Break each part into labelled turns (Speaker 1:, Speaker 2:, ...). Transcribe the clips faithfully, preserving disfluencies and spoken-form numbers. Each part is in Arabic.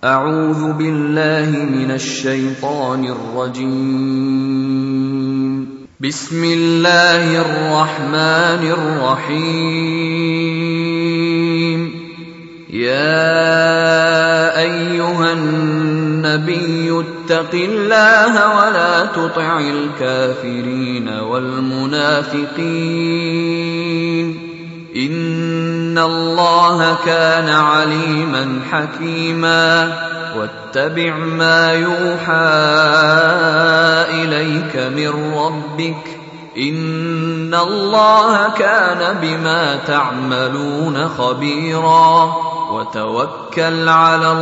Speaker 1: أعوذ بالله من الشيطان الرجيم. بسم الله الرحمن الرحيم. يا أيها النبي اتق الله ولا تطع الكافرين والمنافقين إن الله كان عليما حكيما. واتبع ما يوحى إليك من ربك إن الله كان بما تعملون خبيرا. وتوكل على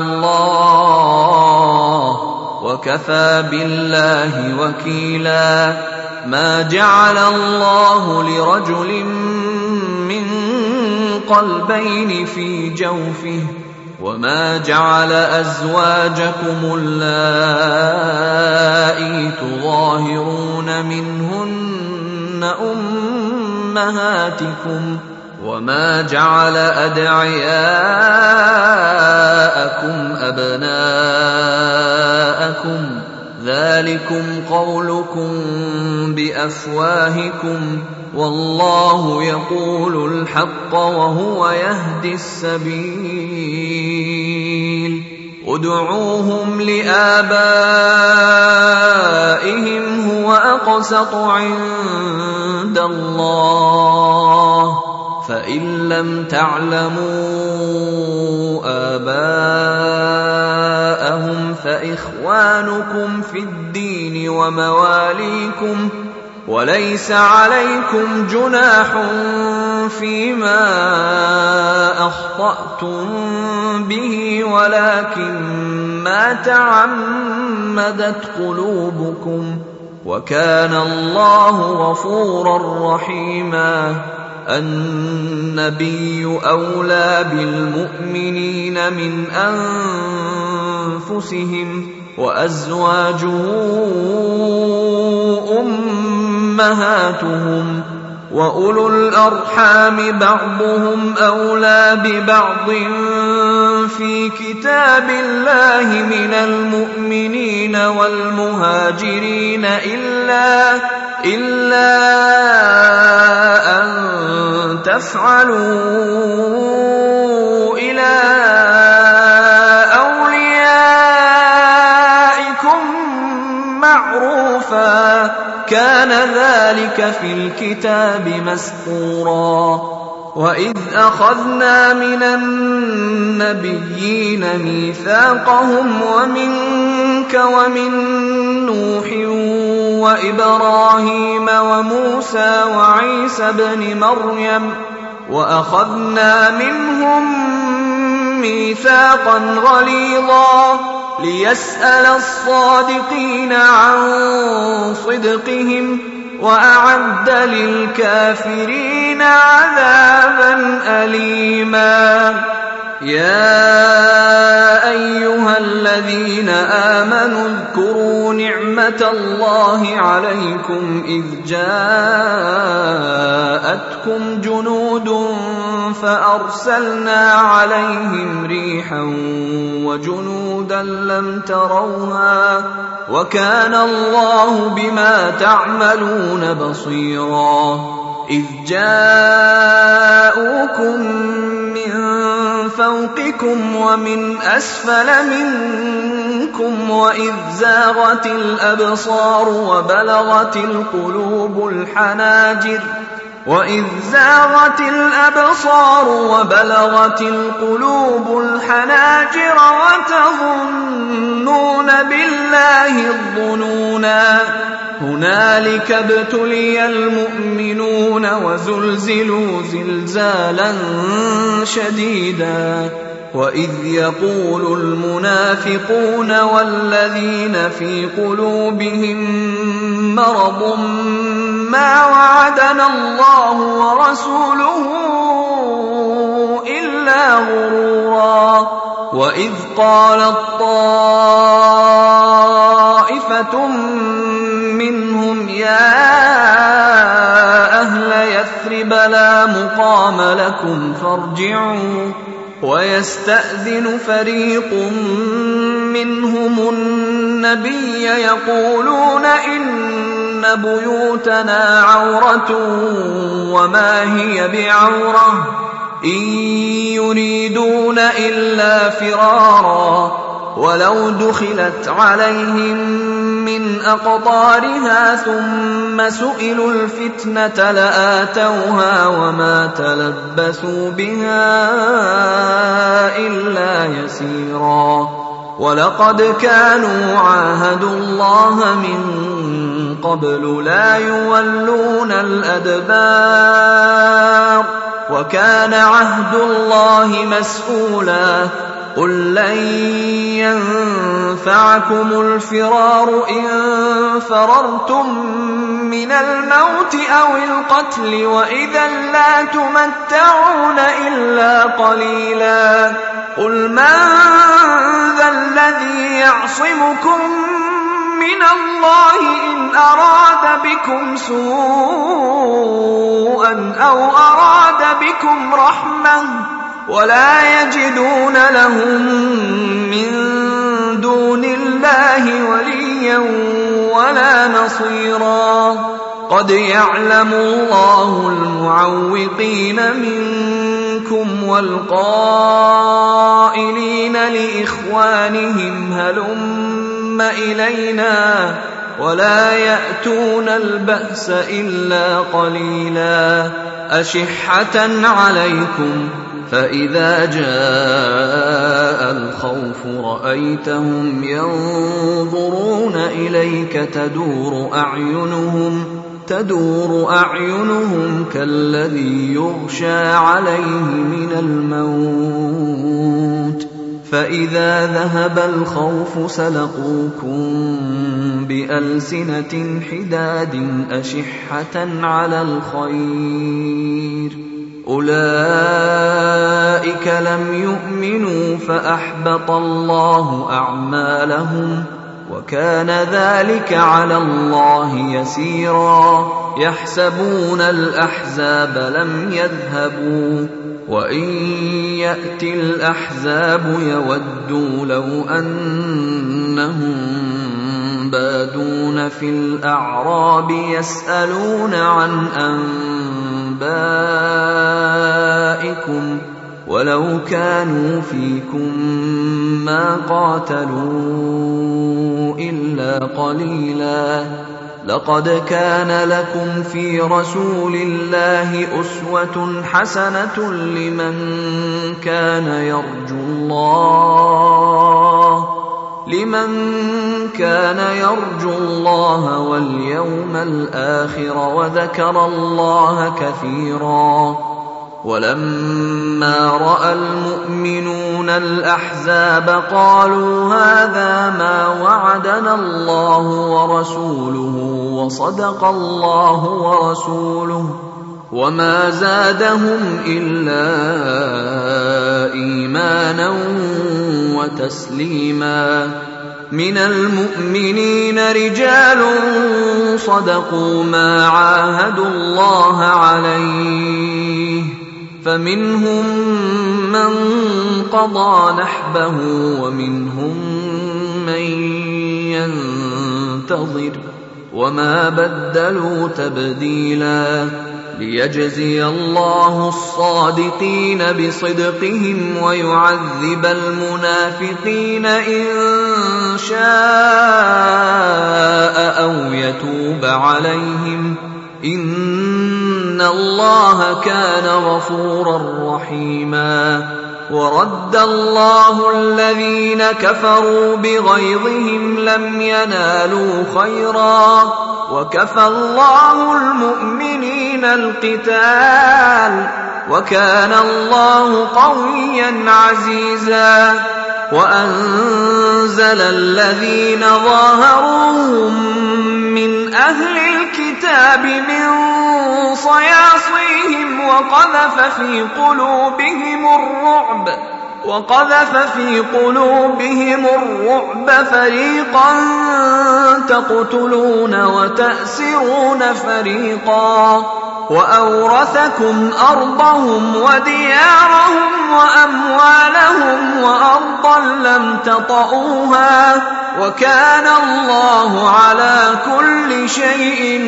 Speaker 1: الله وكفى بالله وكيلا. ما جعل الله لرجل من قلبين في جوفه وما جعل أزواجكم اللائي تظاهرون منهن أمهاتكم وما جعل أدعياءكم أبناءكم ذلكم قولكم بأفواهكم والله يقول الحق وهو يهدي السبيل. ادعوهم لآبائهم هو أقسط عند الله فإن لم تعلموا آباءهم فإخوانكم في الدين ومواليكم وليس عليكم جناح فيما أخطأتم به ولكن ما تعمدت قلوبكم وكان الله غفورا رحيما. النبي أولى بالمؤمنين من أنفسهم وأزواجه أمهاتهم وأولو الأرحام بعضهم أولى ببعض في كتاب الله من المؤمنين والمهاجرين إلا إلا أن تفعلوا إلى أوليائكم معروفا كان ذلك في الكتاب مسطورا. وإذ أخذنا من النبيين ميثاقهم ومنك ومن نوح وإبراهيم وموسى وعيسى ابن مريم وأخذنا منهم ميثاقا غليظا ليسأل الصادقين عن صدقهم وأعد للكافرين عذابا أليما. يا أيها الذين آمنوا اذكروا نعمة الله عليكم إذ جاءتكم جنود فأرسلنا عليهم ريحا وجنودا لم تروها وكان الله بما تعملون بصيرا. إذ جاءوكم من فوقكم ومن أسفل منكم وإذ زاغت الأبصار وبلغت القلوب الحناجر وإذ زاغت الأبصار وبلغت القلوب الحناجر وتظنون بالله الظنونا. هنالك ابتلي المؤمنون وزلزلوا زلزالا شديدا. وإذ يقول المنافقون والذين في قلوبهم مرض ما وعدنا الله ورسوله إلا غرورا. وإذ قالت طائفة منهم يا أهل يثرب لا مقام لكم فارجعوا ويستأذن فريق منهم النبي يقولون إن بيوتنا عورة وما هي بعورة إن يريدون إلا فرارا ولو دخلت عليهم من أقطارها ثم سئلوا الفتنة لآتوها وما تلبثوا بها إلا يسيرا ولقد كانوا عاهدوا الله من قبل لا يولون الأدبار وكان عهد الله مسؤولا قل لن ينفعكم الفرار إن فررتم من الموت أو القتل وإذا لا تمتعون إلا قليلا قل من ذا الذي يعصمكم من الله إن أراد بكم سوءا أو أراد بكم رحمة ولا يجدون لهم من دون الله وليا ولا نصيرا قد يعلم الله المعوقين منكم والقائلين لإخوانهم هلم إلينا ولا يأتون البأس إلا قليلا أشحة عليكم فإذا جاء الخوف رأيتهم ينظرون إليك تدور أعينهم تدور أعينهم كالذي يغشى عليه من الموت فإذا ذهب الخوف سلقوكم بألسنة حداد أشحة على الخير أولئك لم يؤمنوا فأحبط الله أعمالهم وكان ذلك على الله يسيرا يحسبون الأحزاب لم يذهبوا وإن يأتي الأحزاب يودوا لو أنهم بادون في الأعراب يسألون عن أنبائكم ولو كانوا فيكم ما قاتلوا إلا قليلا لقد كان لكم في رسول الله أسوة حسنة لمن كان يرجو الله لمن كان يرجو الله واليوم الآخر وذكر الله كثيرا ولما رأى المؤمنون الأحزاب قالوا هذا ما وعدنا الله ورسوله وصدق الله ورسوله وما زادهم إلا إيمانا وتسليما من المؤمنين رجال صدقوا ما عاهدوا الله عليه فمنهم من قضى نحبه ومنهم من ينتظر وما بدلوا تبديلا ليجزي الله الصادقين بصدقهم ويعذب المنافقين إن شاء أو يتوب عليهم إن الله كان غفورا رحيما ورد الله الذين كفروا بغيظهم لم ينالوا خيرا وكفى الله المؤمنين القتال وكان الله قويا عزيزا وأنزل الذين ظاهروهم من أهل الكتاب من صياصيهم وقذف في قلوبهم الرعب وقذف في قلوبهم الرعب فريقا تقتلون وتأسرون فريقا وأورثكم أرضهم وديارهم وأموالهم وأرضا لم تطئوها وكان الله على كل شيء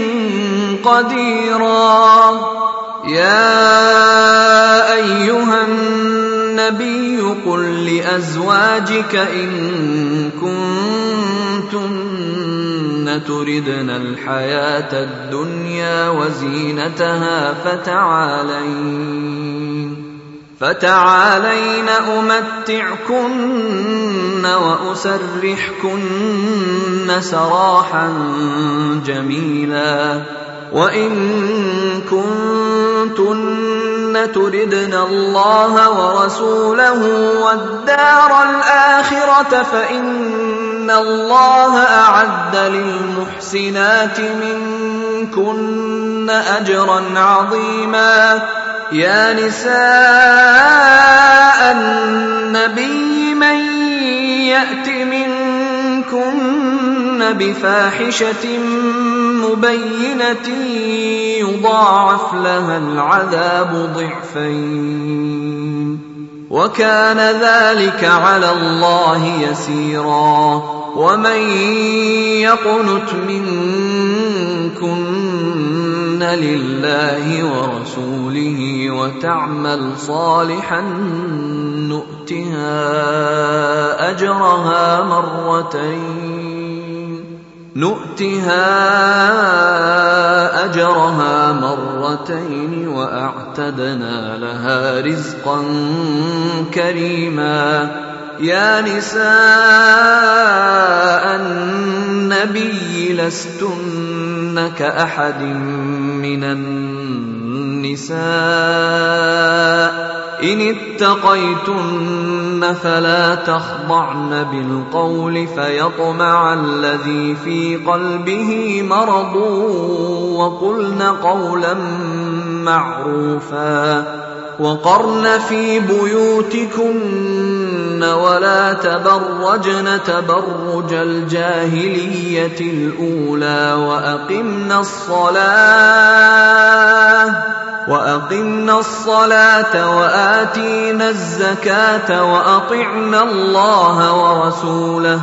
Speaker 1: قديرا. يا أيها النبي قل لأزواجك إن كنتن تردن الحياة الدنيا وزينتها فتعالين فتعالين أمتعكن وأسرحكن سراحا جميلا. وإن كنتن تردن الله ورسوله والدار الآخرة فإن الله أعد للمحسنات منكن أجرا عظيما. يا نساء النبي من يأت منكن بفاحشة مبينة يضاعف لها العذاب ضعفين وكان ذلك على الله يسيرا. ومن يقنت منكن لله ورسوله وتعمل صالحا نؤتها أجرها مرتين نؤتها أجرها مرتين وأعتدنا لها رزقا كريما. يا نساء النبي لستن كأحد من النساء إن اتقيتن فلا تخضعن بالقول فيطمع الذي في قلبه مرض وقلن قولا معروفا. وقرن في بيوتكن ولا تبرجن تبرج الجاهلية الأولى وأقمن الصلاة وأقمنا الصلاة وآتينا الزكاة وأطعنا الله ورسوله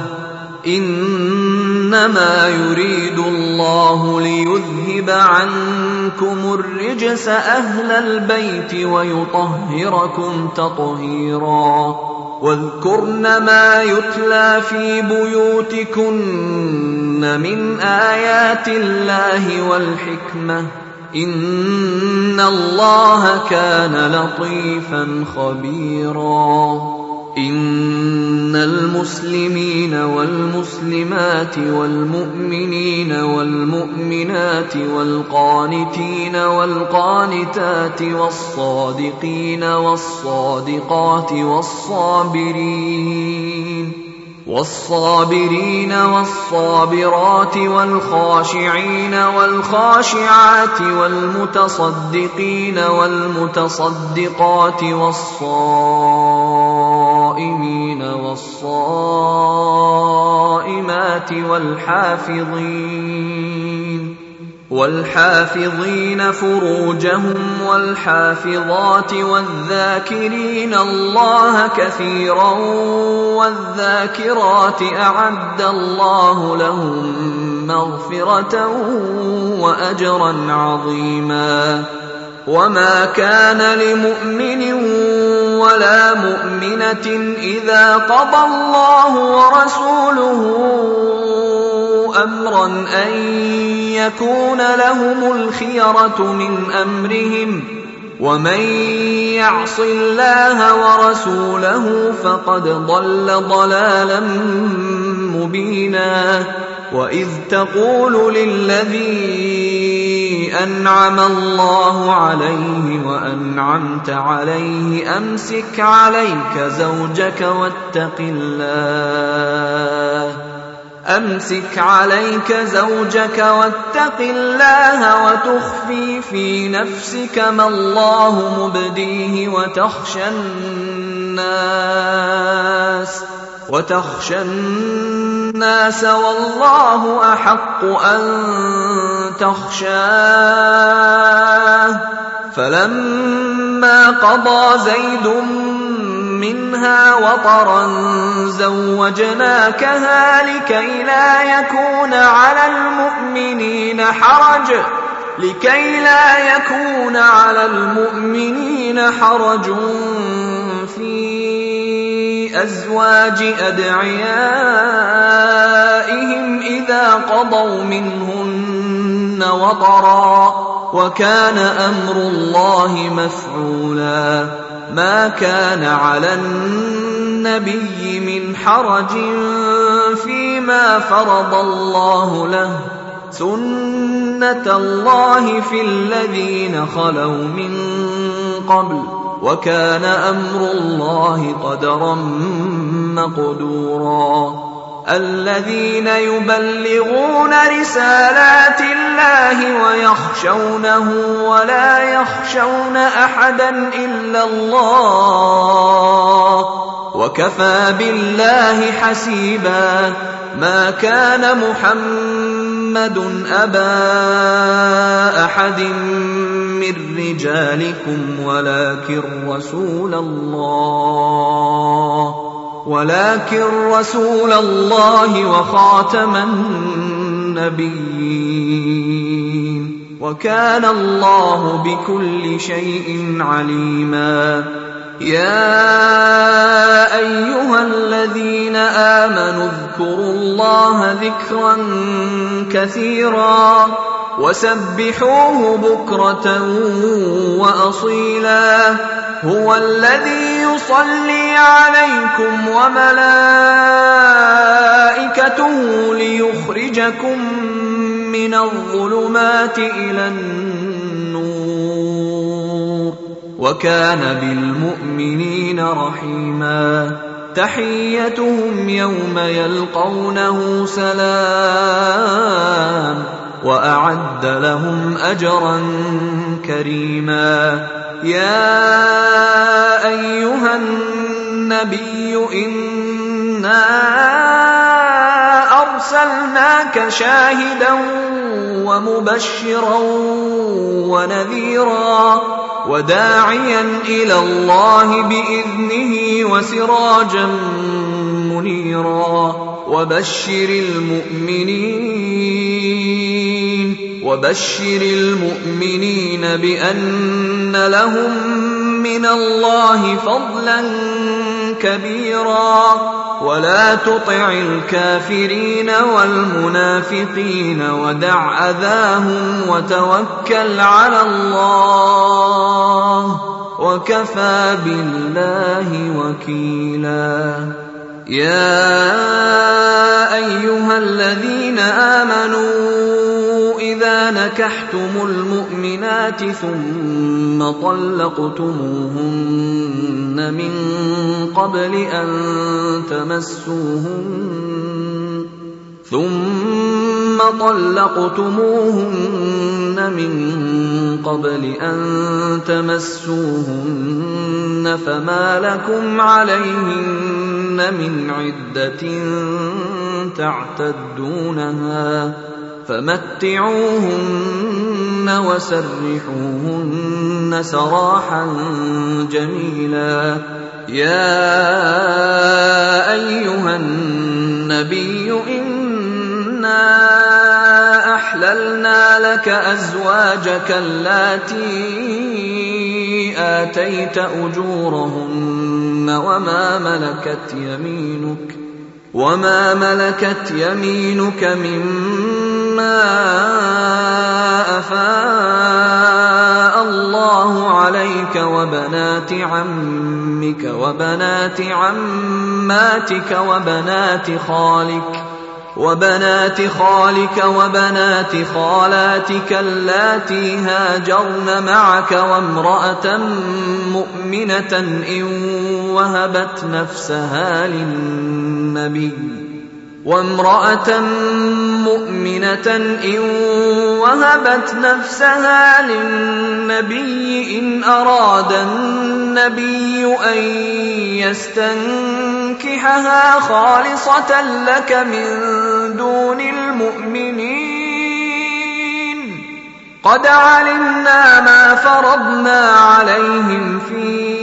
Speaker 1: إنما يريد الله ليذهب عنكم الرجس أهل البيت ويطهركم تطهيرا. واذكرن ما يتلى في بيوتكن من آيات الله والحكمة إن الله كان لطيفا خبيرا. إن المسلمين والمسلمات والمؤمنين والمؤمنات والقانتين والقانتات والصادقين والصادقات والصابرين والصابرين والصابرات والخاشعين والخاشعات والمتصدقين والمتصدقات والصائمين والصائمات والحافظين والحافظين فروجهم والحافظات والذاكرين الله كثيرا والذاكرات أعد الله لهم مغفرة وأجرا عظيما. وما كان لمؤمن ولا مؤمنة إذا قضى الله ورسوله أمرا أن يكون لهم الخيرة من أمرهم ومن يعص الله ورسوله فقد ضل ضلالا مبينا. وإذ تقول للذي أنعم الله عليه وأنعمت عليه أمسك عليك زوجك واتق الله أمسك عليك زوجك واتق الله وتخفي في نفسك ما الله مبديه وتخشى الناس وتخشى الناس والله أحق أن تخشاه فلما قضى زيد منها وطرا زوجناكها لكي لا يكون على المؤمنين حرج لكي لا يكون على المؤمنين حرج في أزواج أدعيائهم إذا قضوا منهن وطرا وكان أمر الله مفعولا ما كان على النبي من حرج فيما فرض الله له سنة الله في الذين خلوا من قبل وكان أمر الله قدرا مقدورا الذين يبلغون رسالات الله ويخشونه ولا يخشون أحدا إلا الله وكفى بالله حسيبا ما كان محمد أبا أحد من رجالكم ولكن رسول الله ولكن رسول الله وخاتم النبيين وكان الله بكل شيء عليما يا أيها الذين آمنوا اذكروا الله ذكرا كثيرا وسبحوه بكرة وأصيلا هو الذي يصلي عليكم وملائكته ليخرجكم من الظلمات إلى النور وكان بالمؤمنين رحيما تحيتهم يوم يلقونه سلام وأعد لهم أجرا كريما يا أيها النبي إنا أرسلناك شاهدا ومبشرا ونذيرا وداعيا إلى الله بإذنه وسراجا منيرا وبشر المؤمنين وبشر المؤمنين بأن لهم من الله فضلا كبيرا ولا تطع الكافرين والمنافقين ودع أذاهم وتوكل على الله وكفى بالله وكيلا يا أيها الذين آمنوا إذا نكحتم المؤمنات ثم طلقتموهن من قبل أن تمسوهن ثم طلقتموهن من قبل أن تمسوهن فما لكم عليهن من عدة تعتدونها فمتعوهن وسرحوهن سراحا جميلا يا أيها النبي إنا أحللنا لك أزواجك اللاتي آتيت أجورهن وما ملكت يمينك وما ملكت يمينك مما أفاء الله عليك وبنات عمك وبنات عماتك وبنات خالك وبنات خالك وبنات خالاتك اللاتي هاجرن معك وامرأة مؤمنة إن وهبت نفسها للنبي وامرأة مؤمنة إن وهبت نفسها للنبي إن أراد النبي أن يستنكحها خالصة لك من دون المؤمنين قد علمنا ما فرضنا عليهم في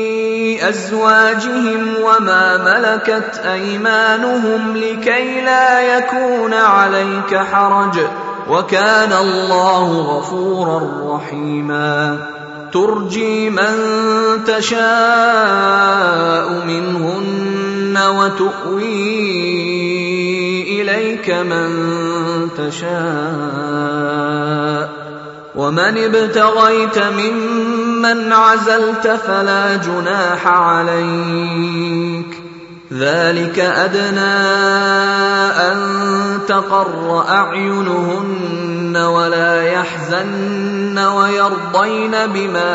Speaker 1: أزواجهم وما ملكت أيمانهم لكي لا يكون عليك حرج وكان الله غفورا رحيما ترجي من تشاء منهن وتؤوي إليك من تشاء ومن ابتغيت ممن عزلت فلا جناح عليك ذلك أدنى أن تقر أعينهن ولا يحزن ويرضين بما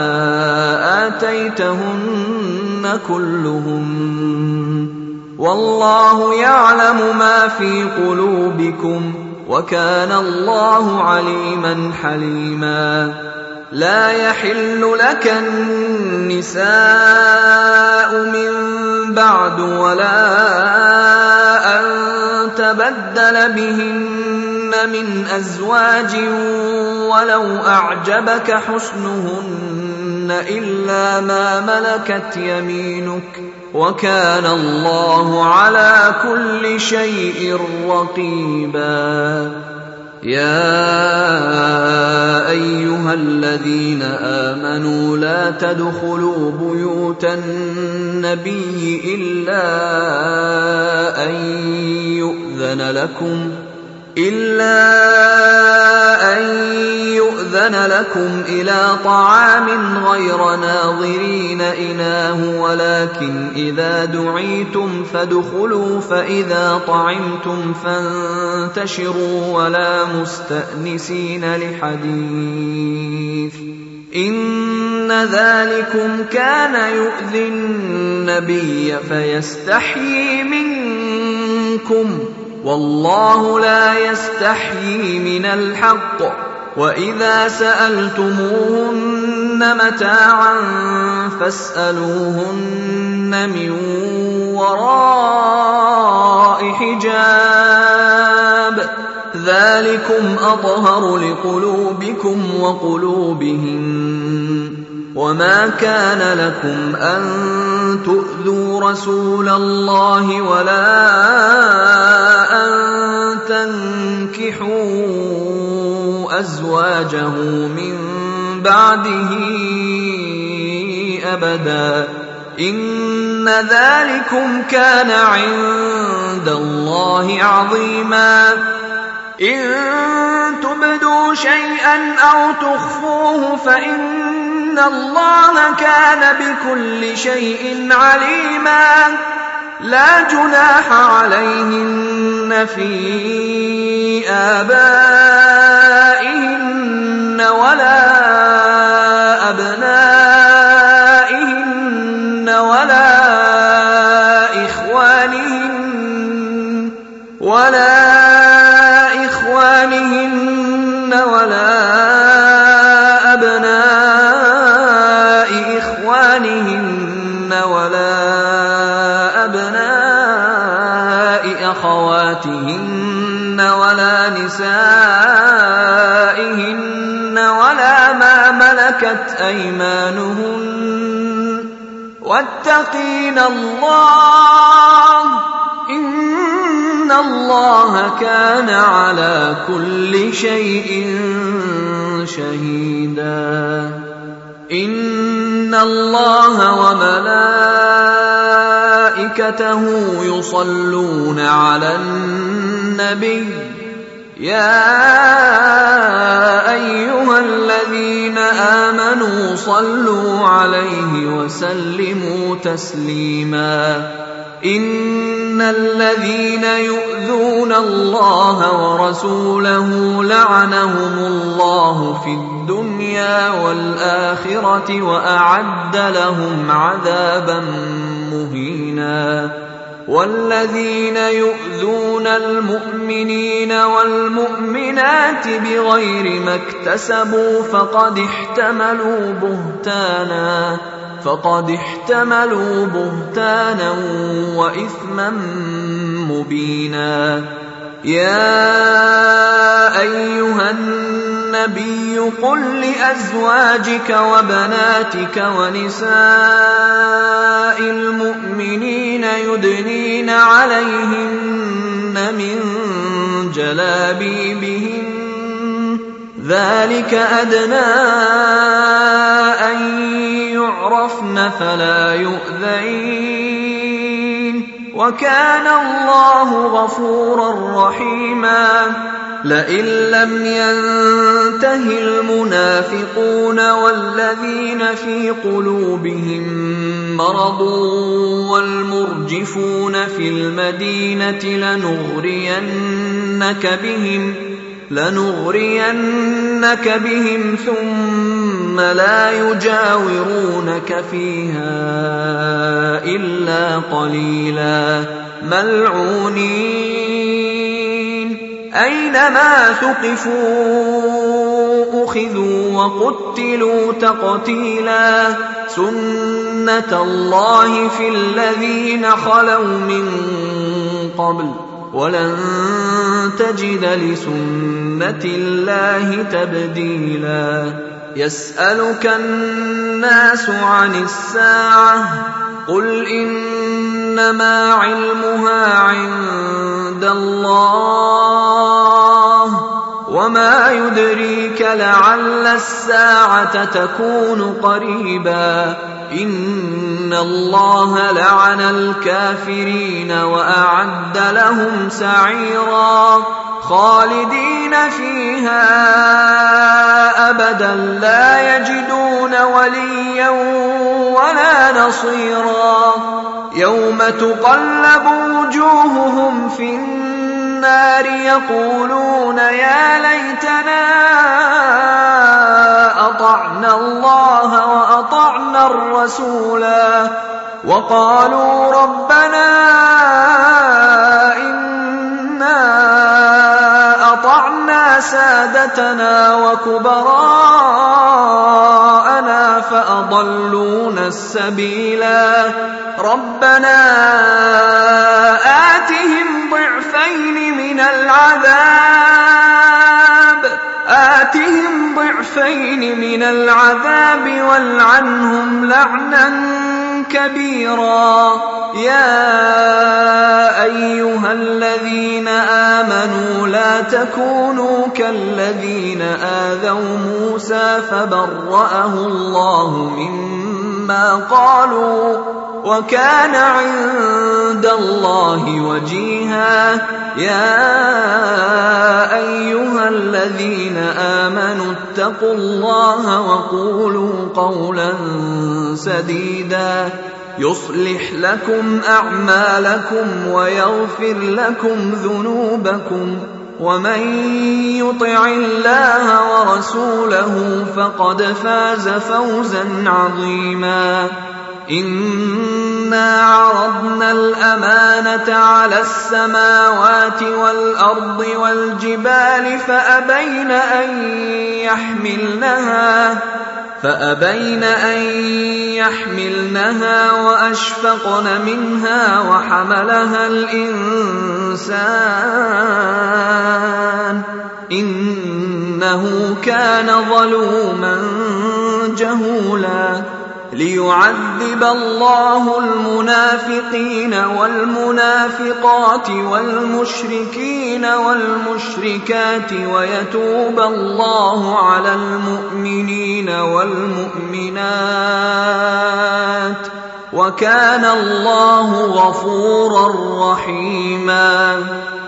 Speaker 1: آتيتهن كلهم والله يعلم ما في قلوبكم وكان الله عليما حليما لا يحل لك النساء من بعد ولا أن تبدل بهن من أزواج ولو أعجبك حسنهن إلا ما ملكت يمينك وكان الله على كل شيء رقيبا يا أيها الذين آمنوا لا تدخلوا بيوت النبي إلا أن يؤذن لكم إلا أن يؤذن لكم إلى طعام غير ناظرين إناه ولكن إذا دعيتم فادخلوا فإذا طعمتم فانتشروا ولا مستأنسين لحديث إن ذلكم كان يؤذي النبي فيستحيي منكم والله لا يستحيي من الحق وإذا سألتموهن متاعا فاسألوهن من وراء حجاب ذلكم أطهر لقلوبكم وقلوبهم وما كان لكم أن تؤذوا رسول الله ولا أن تنكحوا أزواجه من بعده أبدا إن ذلكم كان عند الله عظيما إن تبدوا شيئا أو تخفوه فإن الله كان بكل شيء عليما لا جناح عليهن في آبائهن ولا أبنائهن ولا إخوانهن ولا إخوانهن ولا أبناء إخوانهن ولا أبناء أخواتهن ولا نسائهن ولا ما ملكت أيمانهن واتقين الله إن الله كان على كل شيء شهيدا إن الله وملائكته يصلون على النبي يا أيها الذين آمنوا صلوا عليه وسلموا تسليما إن الذين يؤذون الله ورسوله لعنهم الله في الدنيا والآخرة وأعد لهم عذابا مهينا والذين يؤذون المؤمنين والمؤمنات بغير ما اكتسبوا فقد احتملوا بهتانا فقد احتملوا بهتانا وإثما مبينا يا أيها الناس النبي قل لأزواجك وبناتك ونساء المؤمنين يدنين عليهن من جلابيبهن ذلك أدنى أن يعرفن فلا يؤذين وكان الله غفورا رحيما. لئن لم ينته المنافقون والذين في قلوبهم مرض والمرجفون في المدينة لنغرينك بهم لنغرينك بهم ثم لا يجاورونك فيها إلا قليلا ملعونين أينما ثقفوا أخذوا وقتلوا تقتيلا سنة الله في الذين خلوا من قبل ولن تجد لسنة الله تبديلا. يسألك الناس عن الساعة قل إنما علمها عند الله وما يدريك لعل الساعة تكون قريبا. إن الله لعن الكافرين وأعد لهم سعيرا خالدين فيها أبدا لا يجدون وليا ولا نصيرا. يوم تقلب وجوههم في النار يقولون يا ليتنا أطعنا الله وأطعنا الرسولا وقالوا ربنا إنا أطعنا سادتنا وكبراءنا فأضلونا السبيلا. ربنا آتهم ضعفين من العذاب آتهم ضعفين من العذاب والعنهم لعنا كبيرا. يا أيها الذين آمنوا لا تكونوا كالذين آذوا موسى فبرأه الله مما قالوا وكان عند الله وجيها. يا أيها الذين آمنوا اتقوا الله وقولوا قولا سديدا يصلح لكم أعمالكم ويغفر لكم ذنوبكم ومن يطع الله ورسوله فقد فاز فوزا عظيما. إنا عرضنا الأمانة على السماوات والأرض والجبال فأبين أن يحملنها فأبين أن يحملنها وأشفقن منها وحملها الإنسان إنه كان ظلوما جهولا. ليعذب الله المنافقين والمنافقات والمشركين والمشركات ويتوب الله على المؤمنين والمؤمنات وكان الله غفورا رحيما.